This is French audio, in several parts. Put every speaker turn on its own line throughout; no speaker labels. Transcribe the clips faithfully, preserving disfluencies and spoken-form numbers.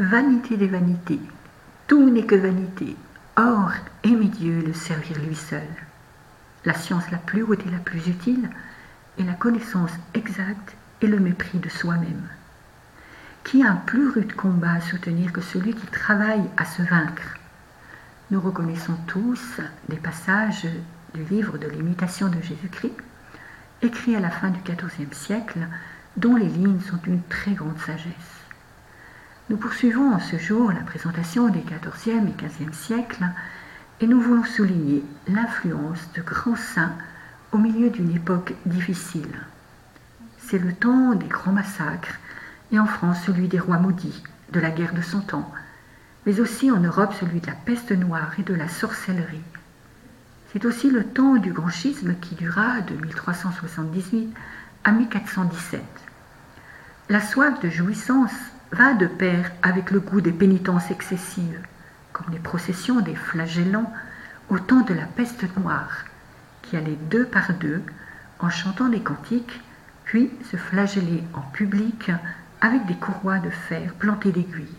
Vanité des vanités, tout n'est que vanité. Or, aimer Dieu et le servir lui seul. La science la plus haute et la plus utile est la connaissance exacte et le mépris de soi-même. Qui a un plus rude combat à soutenir que celui qui travaille à se vaincre? Nous reconnaissons tous des passages du livre de l'imitation de Jésus-Christ, écrit à la fin du quatorzième siècle, dont les lignes sont d'une très grande sagesse. Nous poursuivons en ce jour la présentation des quatorzième et quinzième siècles et nous voulons souligner l'influence de grands saints au milieu d'une époque difficile. C'est le temps des grands massacres et en France celui des rois maudits, de la guerre de Cent Ans, mais aussi en Europe celui de la peste noire et de la sorcellerie. C'est aussi le temps du grand schisme qui dura de mille trois cent soixante-dix-huit à mille quatre cent dix-sept. La soif de jouissance va de pair avec le goût des pénitences excessives, comme les processions des flagellants au temps de la peste noire, qui allaient deux par deux en chantant des cantiques, puis se flageller en public avec des courroies de fer plantées d'aiguilles.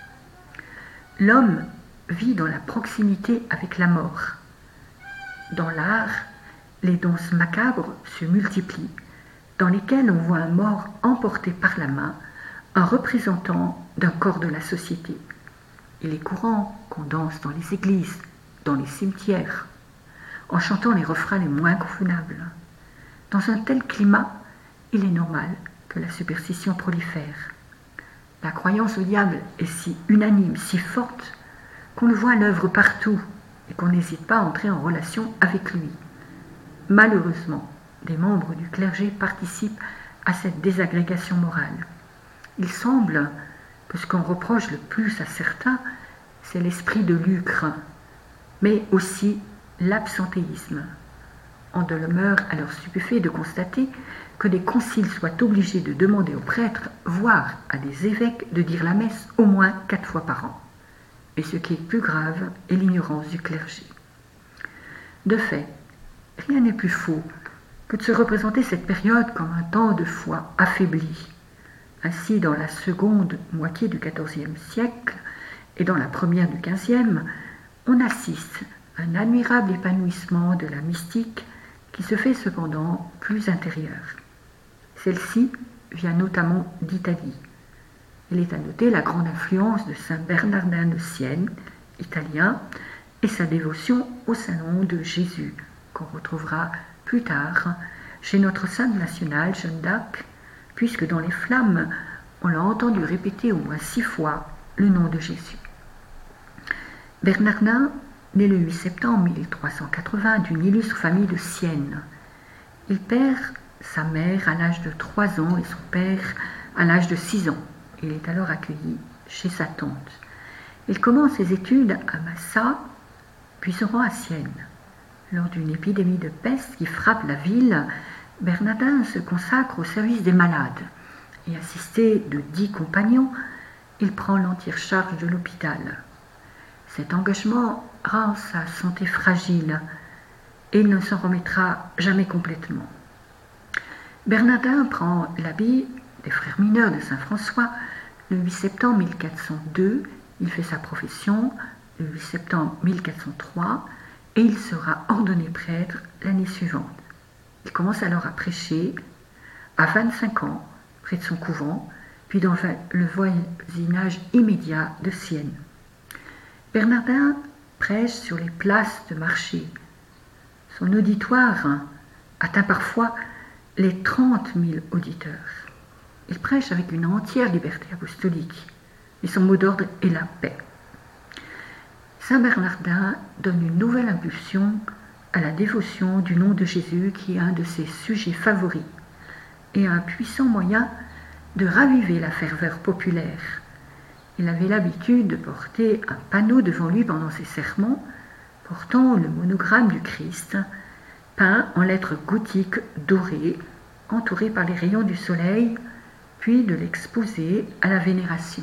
L'homme vit dans la proximité avec la mort. Dans l'art, les danses macabres se multiplient, dans lesquelles on voit un mort emporté par la main, un représentant d'un corps de la société. Il est courant qu'on danse dans les églises, dans les cimetières, en chantant les refrains les moins convenables. Dans un tel climat, il est normal que la superstition prolifère. La croyance au diable est si unanime, si forte, qu'on le voit à l'œuvre partout et qu'on n'hésite pas à entrer en relation avec lui. Malheureusement, des membres du clergé participent à cette désagrégation morale. Il semble que ce qu'on reproche le plus à certains, c'est l'esprit de lucre, mais aussi l'absentéisme. On demeure alors stupéfait de constater que des conciles soient obligés de demander aux prêtres, voire à des évêques, de dire la messe au moins quatre fois par an. Et ce qui est plus grave est l'ignorance du clergé. De fait, rien n'est plus faux que de se représenter cette période comme un temps de foi affaibli. Ainsi, dans la seconde moitié du quatorzième siècle et dans la première du quinzième, on assiste à un admirable épanouissement de la mystique qui se fait cependant plus intérieure. Celle-ci vient notamment d'Italie. Il est à noter la grande influence de saint Bernardin de Sienne, italien, et sa dévotion au salon de Jésus, qu'on retrouvera plus tard chez notre sainte nationale Jeanne d'Arc, puisque dans les Flammes, on l'a entendu répéter au moins six fois le nom de Jésus. Bernardin, né le huit septembre mille trois cent quatre-vingts d'une illustre famille de Sienne. Il perd sa mère à l'âge de trois ans et son père à l'âge de six ans. Il est alors accueilli chez sa tante. Il commence ses études à Massa, puis se rend à Sienne. Lors d'une épidémie de peste qui frappe la ville, Bernardin se consacre au service des malades et, assisté de dix compagnons, il prend l'entière charge de l'hôpital. Cet engagement rend sa santé fragile et il ne s'en remettra jamais complètement. Bernardin prend l'habit des frères mineurs de Saint-François le huit septembre mille quatre cent deux, il fait sa profession le huit septembre mille quatre cent trois et il sera ordonné prêtre l'année suivante. Il commence alors à prêcher à vingt-cinq ans près de son couvent, puis dans le voisinage immédiat de Sienne. Bernardin prêche sur les places de marché. Son auditoire atteint parfois les trente mille auditeurs. Il prêche avec une entière liberté apostolique, et son mot d'ordre est la paix. Saint Bernardin donne une nouvelle impulsion à la dévotion du nom de Jésus, qui est un de ses sujets favoris, et un puissant moyen de raviver la ferveur populaire. Il avait l'habitude de porter un panneau devant lui pendant ses sermons, portant le monogramme du Christ, peint en lettres gothiques dorées, entouré par les rayons du soleil, puis de l'exposer à la vénération.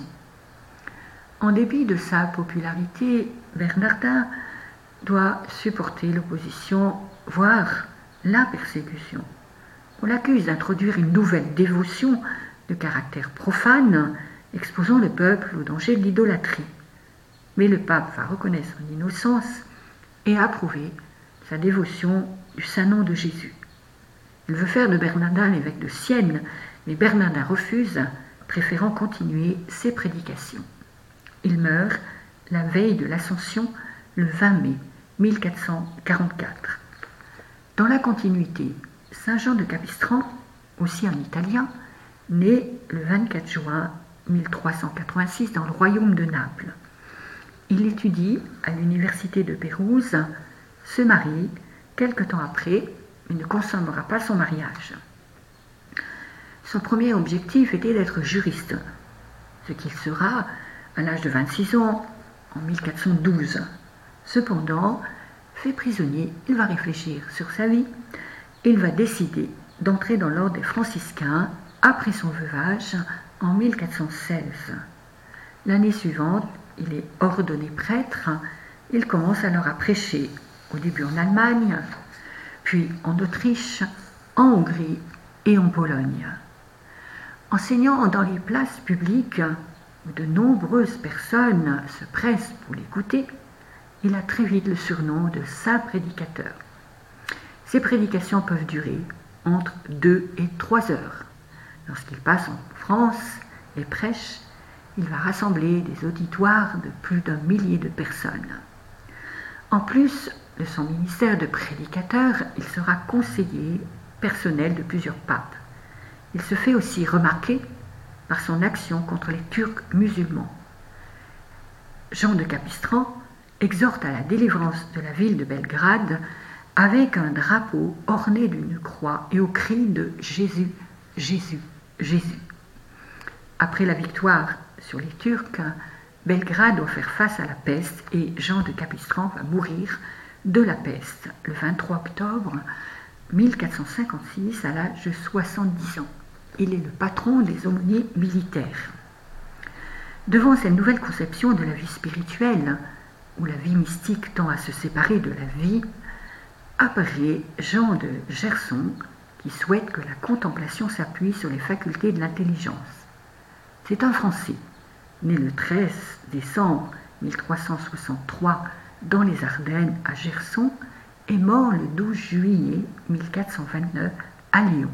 En dépit de sa popularité, Bernardin doit supporter l'opposition, voire la persécution. On l'accuse d'introduire une nouvelle dévotion de caractère profane exposant le peuple au danger de l'idolâtrie. Mais le pape va reconnaître son innocence et approuver sa dévotion du Saint-Nom de Jésus. Il veut faire de Bernardin l'évêque de Sienne, mais Bernardin refuse, préférant continuer ses prédications. Il meurt la veille de l'Ascension, le vingt mai mille quatre cent quarante-quatre. Dans la continuité, Saint Jean de Capistran, aussi en italien, né le vingt-quatre juin mille trois cent quatre-vingt-six dans le royaume de Naples. Il étudie à l'université de Pérouse, se marie quelque temps après, mais ne consommera pas son mariage. Son premier objectif était d'être juriste, ce qu'il sera à l'âge de vingt-six ans en mille quatre cent douze. Cependant, fait prisonnier, il va réfléchir sur sa vie et il va décider d'entrer dans l'ordre des franciscains après son veuvage en mille quatre cent seize. L'année suivante, il est ordonné prêtre. Il commence alors à prêcher, au début en Allemagne, puis en Autriche, en Hongrie et en Pologne. Enseignant dans les places publiques où de nombreuses personnes se pressent pour l'écouter, il a très vite le surnom de Saint Prédicateur. Ses prédications peuvent durer entre deux et trois heures. Lorsqu'il passe en France et prêche, il va rassembler des auditoires de plus d'un millier de personnes. En plus de son ministère de prédicateur, il sera conseiller personnel de plusieurs papes. Il se fait aussi remarquer par son action contre les Turcs musulmans. Jean de Capistran exhorte à la délivrance de la ville de Belgrade avec un drapeau orné d'une croix et au cri de « Jésus, Jésus, Jésus ». Après la victoire sur les Turcs, Belgrade doit faire face à la peste et Jean de Capistran va mourir de la peste le vingt-trois octobre mille quatre cent cinquante-six à l'âge de soixante-dix ans. Il est le patron des aumôniers militaires. Devant cette nouvelle conception de la vie spirituelle, où la vie mystique tend à se séparer de la vie, apparaît Jean de Gerson qui souhaite que la contemplation s'appuie sur les facultés de l'intelligence. C'est un Français, né le treize décembre mille trois cent soixante-trois dans les Ardennes à Gerson et mort le douze juillet mille quatre cent vingt-neuf à Lyon.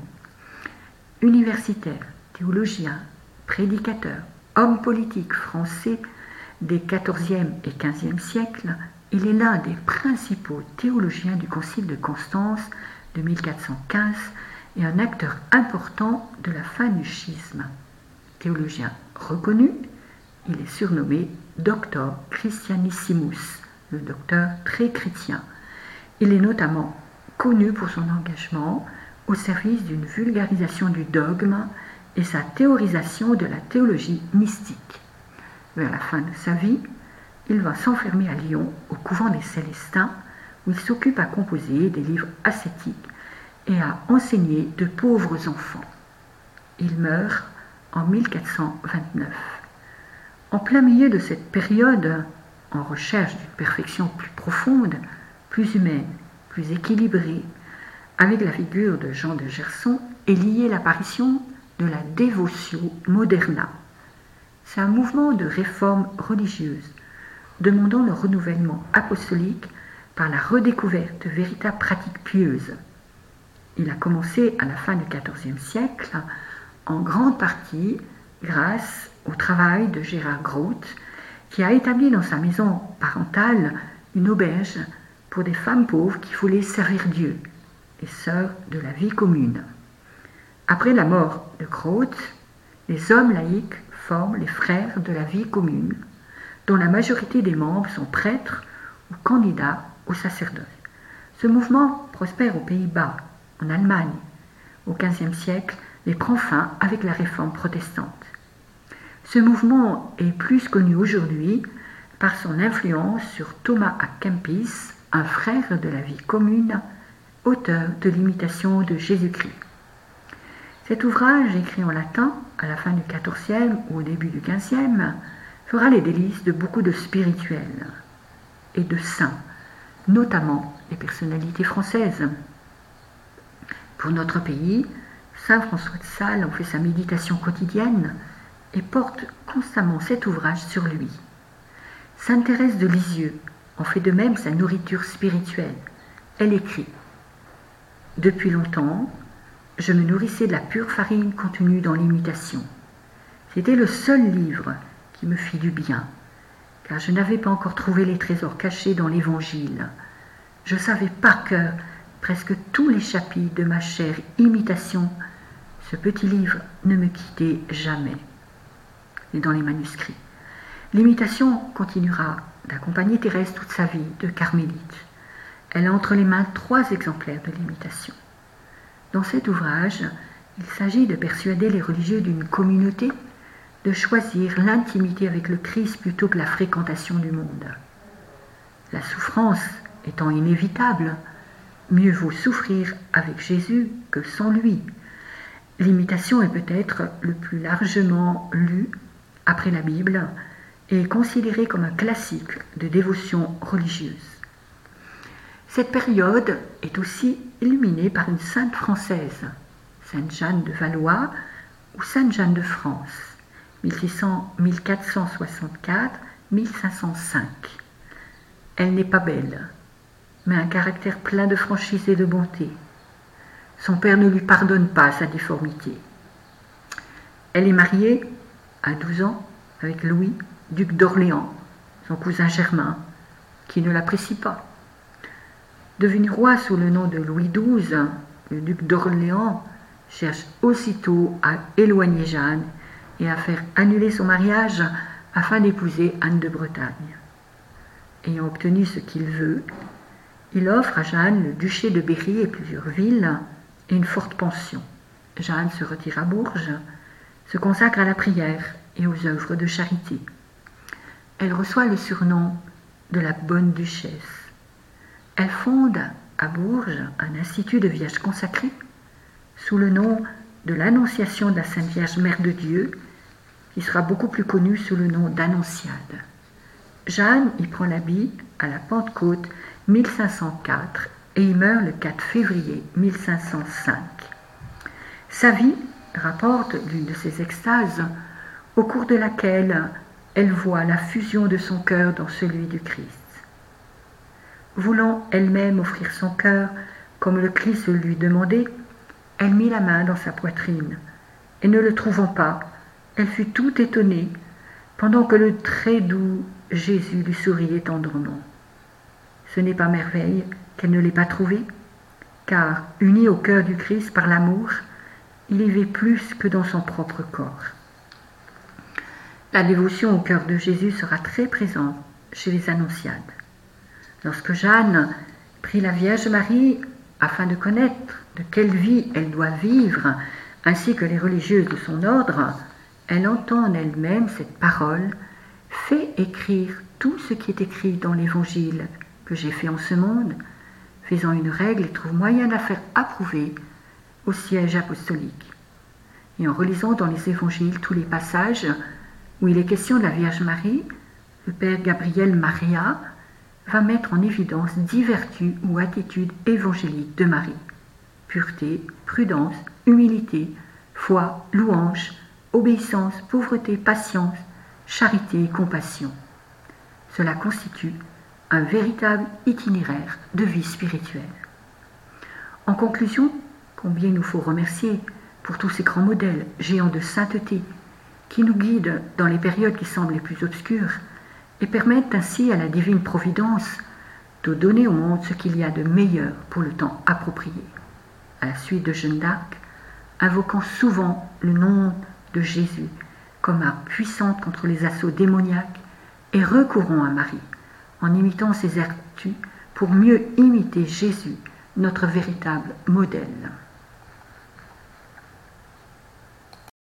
Universitaire, théologien, prédicateur, homme politique français des quatorzième et quinzième siècles, il est l'un des principaux théologiens du Concile de Constance de mille quatre cent quinze et un acteur important de la fin du schisme. Théologien reconnu, il est surnommé Doctor Christianissimus, le docteur très chrétien. Il est notamment connu pour son engagement au service d'une vulgarisation du dogme et sa théorisation de la théologie mystique. Vers la fin de sa vie, il va s'enfermer à Lyon, au couvent des Célestins, où il s'occupe à composer des livres ascétiques et à enseigner de pauvres enfants. Il meurt en mille quatre cent vingt-neuf. En plein milieu de cette période, en recherche d'une perfection plus profonde, plus humaine, plus équilibrée, avec la figure de Jean de Gerson, est liée l'apparition de la Devotio Moderna. C'est un mouvement de réforme religieuse, demandant le renouvellement apostolique par la redécouverte de véritables pratiques pieuses. Il a commencé à la fin du quatorzième siècle, en grande partie grâce au travail de Gérard Groth, qui a établi dans sa maison parentale une auberge pour des femmes pauvres qui voulaient servir Dieu, les sœurs de la vie commune. Après la mort de Groth, les hommes laïcs forment les frères de la vie commune, dont la majorité des membres sont prêtres ou candidats au sacerdoce. Ce mouvement prospère aux Pays-Bas, en Allemagne, au quinzième siècle, mais prend fin avec la réforme protestante. Ce mouvement est plus connu aujourd'hui par son influence sur Thomas à Kempis, un frère de la vie commune, auteur de l'imitation de Jésus-Christ. Cet ouvrage, écrit en latin à la fin du quatorzième ou au début du quinzième, fera les délices de beaucoup de spirituels et de saints, notamment les personnalités françaises. Pour notre pays, saint François de Sales en fait sa méditation quotidienne et porte constamment cet ouvrage sur lui. Sainte Thérèse de Lisieux en fait de même sa nourriture spirituelle. Elle écrit « Depuis longtemps, je me nourrissais de la pure farine contenue dans l'Imitation. C'était le seul livre qui me fit du bien, car je n'avais pas encore trouvé les trésors cachés dans l'Évangile. Je savais par cœur presque tous les chapitres de ma chère Imitation. Ce petit livre ne me quittait jamais. » Et dans les manuscrits. L'Imitation continuera d'accompagner Thérèse toute sa vie de carmélite. Elle a entre les mains trois exemplaires de l'Imitation. Dans cet ouvrage, il s'agit de persuader les religieux d'une communauté de choisir l'intimité avec le Christ plutôt que la fréquentation du monde. La souffrance étant inévitable, mieux vaut souffrir avec Jésus que sans lui. L'Imitation est peut-être le plus largement lue après la Bible et est considérée comme un classique de dévotion religieuse. Cette période est aussi illuminée par une sainte française, Sainte Jeanne de Valois ou Sainte Jeanne de France, mille quatre cent soixante-quatre à mille cinq cent cinq. Elle n'est pas belle, mais un caractère plein de franchise et de bonté. Son père ne lui pardonne pas sa difformité. Elle est mariée à douze ans avec Louis, duc d'Orléans, son cousin germain, qui ne l'apprécie pas. Devenu roi sous le nom de Louis douze, le duc d'Orléans cherche aussitôt à éloigner Jeanne et à faire annuler son mariage afin d'épouser Anne de Bretagne. Ayant obtenu ce qu'il veut, il offre à Jeanne le duché de Berry et plusieurs villes et une forte pension. Jeanne se retire à Bourges, se consacre à la prière et aux œuvres de charité. Elle reçoit le surnom de la Bonne Duchesse. Elle fonde à Bourges un institut de Vierges consacrées sous le nom de l'Annonciation de la Sainte Vierge Mère de Dieu, qui sera beaucoup plus connue sous le nom d'Annonciade. Jeanne y prend l'habit à la Pentecôte mille cinq cent quatre et y meurt le quatre février mille cinq cent cinq. Sa vie rapporte l'une de ses extases, au cours de laquelle elle voit la fusion de son cœur dans celui du Christ. Voulant elle-même offrir son cœur, comme le Christ lui demandait, elle mit la main dans sa poitrine, et ne le trouvant pas, elle fut tout étonnée, pendant que le très doux Jésus lui souriait tendrement. Ce n'est pas merveille qu'elle ne l'ait pas trouvé, car, unie au cœur du Christ par l'amour, il y vit plus que dans son propre corps. La dévotion au cœur de Jésus sera très présente chez les Annonciades. Lorsque Jeanne prie la Vierge Marie afin de connaître de quelle vie elle doit vivre, ainsi que les religieuses de son ordre, elle entend en elle-même cette parole « Fais écrire tout ce qui est écrit dans l'Évangile que j'ai fait en ce monde, faisant une règle et trouve moyen de la faire approuver au siège apostolique. » Et en relisant dans les Évangiles tous les passages où il est question de la Vierge Marie, le Père Gabriel Maria va mettre en évidence dix vertus ou attitudes évangéliques de Marie: pureté, prudence, humilité, foi, louange, obéissance, pauvreté, patience, charité et compassion. Cela constitue un véritable itinéraire de vie spirituelle. En conclusion, combien il nous faut remercier pour tous ces grands modèles, géants de sainteté, qui nous guident dans les périodes qui semblent les plus obscures et permettent ainsi à la divine providence de donner au monde ce qu'il y a de meilleur pour le temps approprié. À la suite de Jeanne d'Arc, invoquant souvent le nom de Jésus comme arme puissante contre les assauts démoniaques, et recourons à Marie en imitant ses vertus pour mieux imiter Jésus, notre véritable modèle.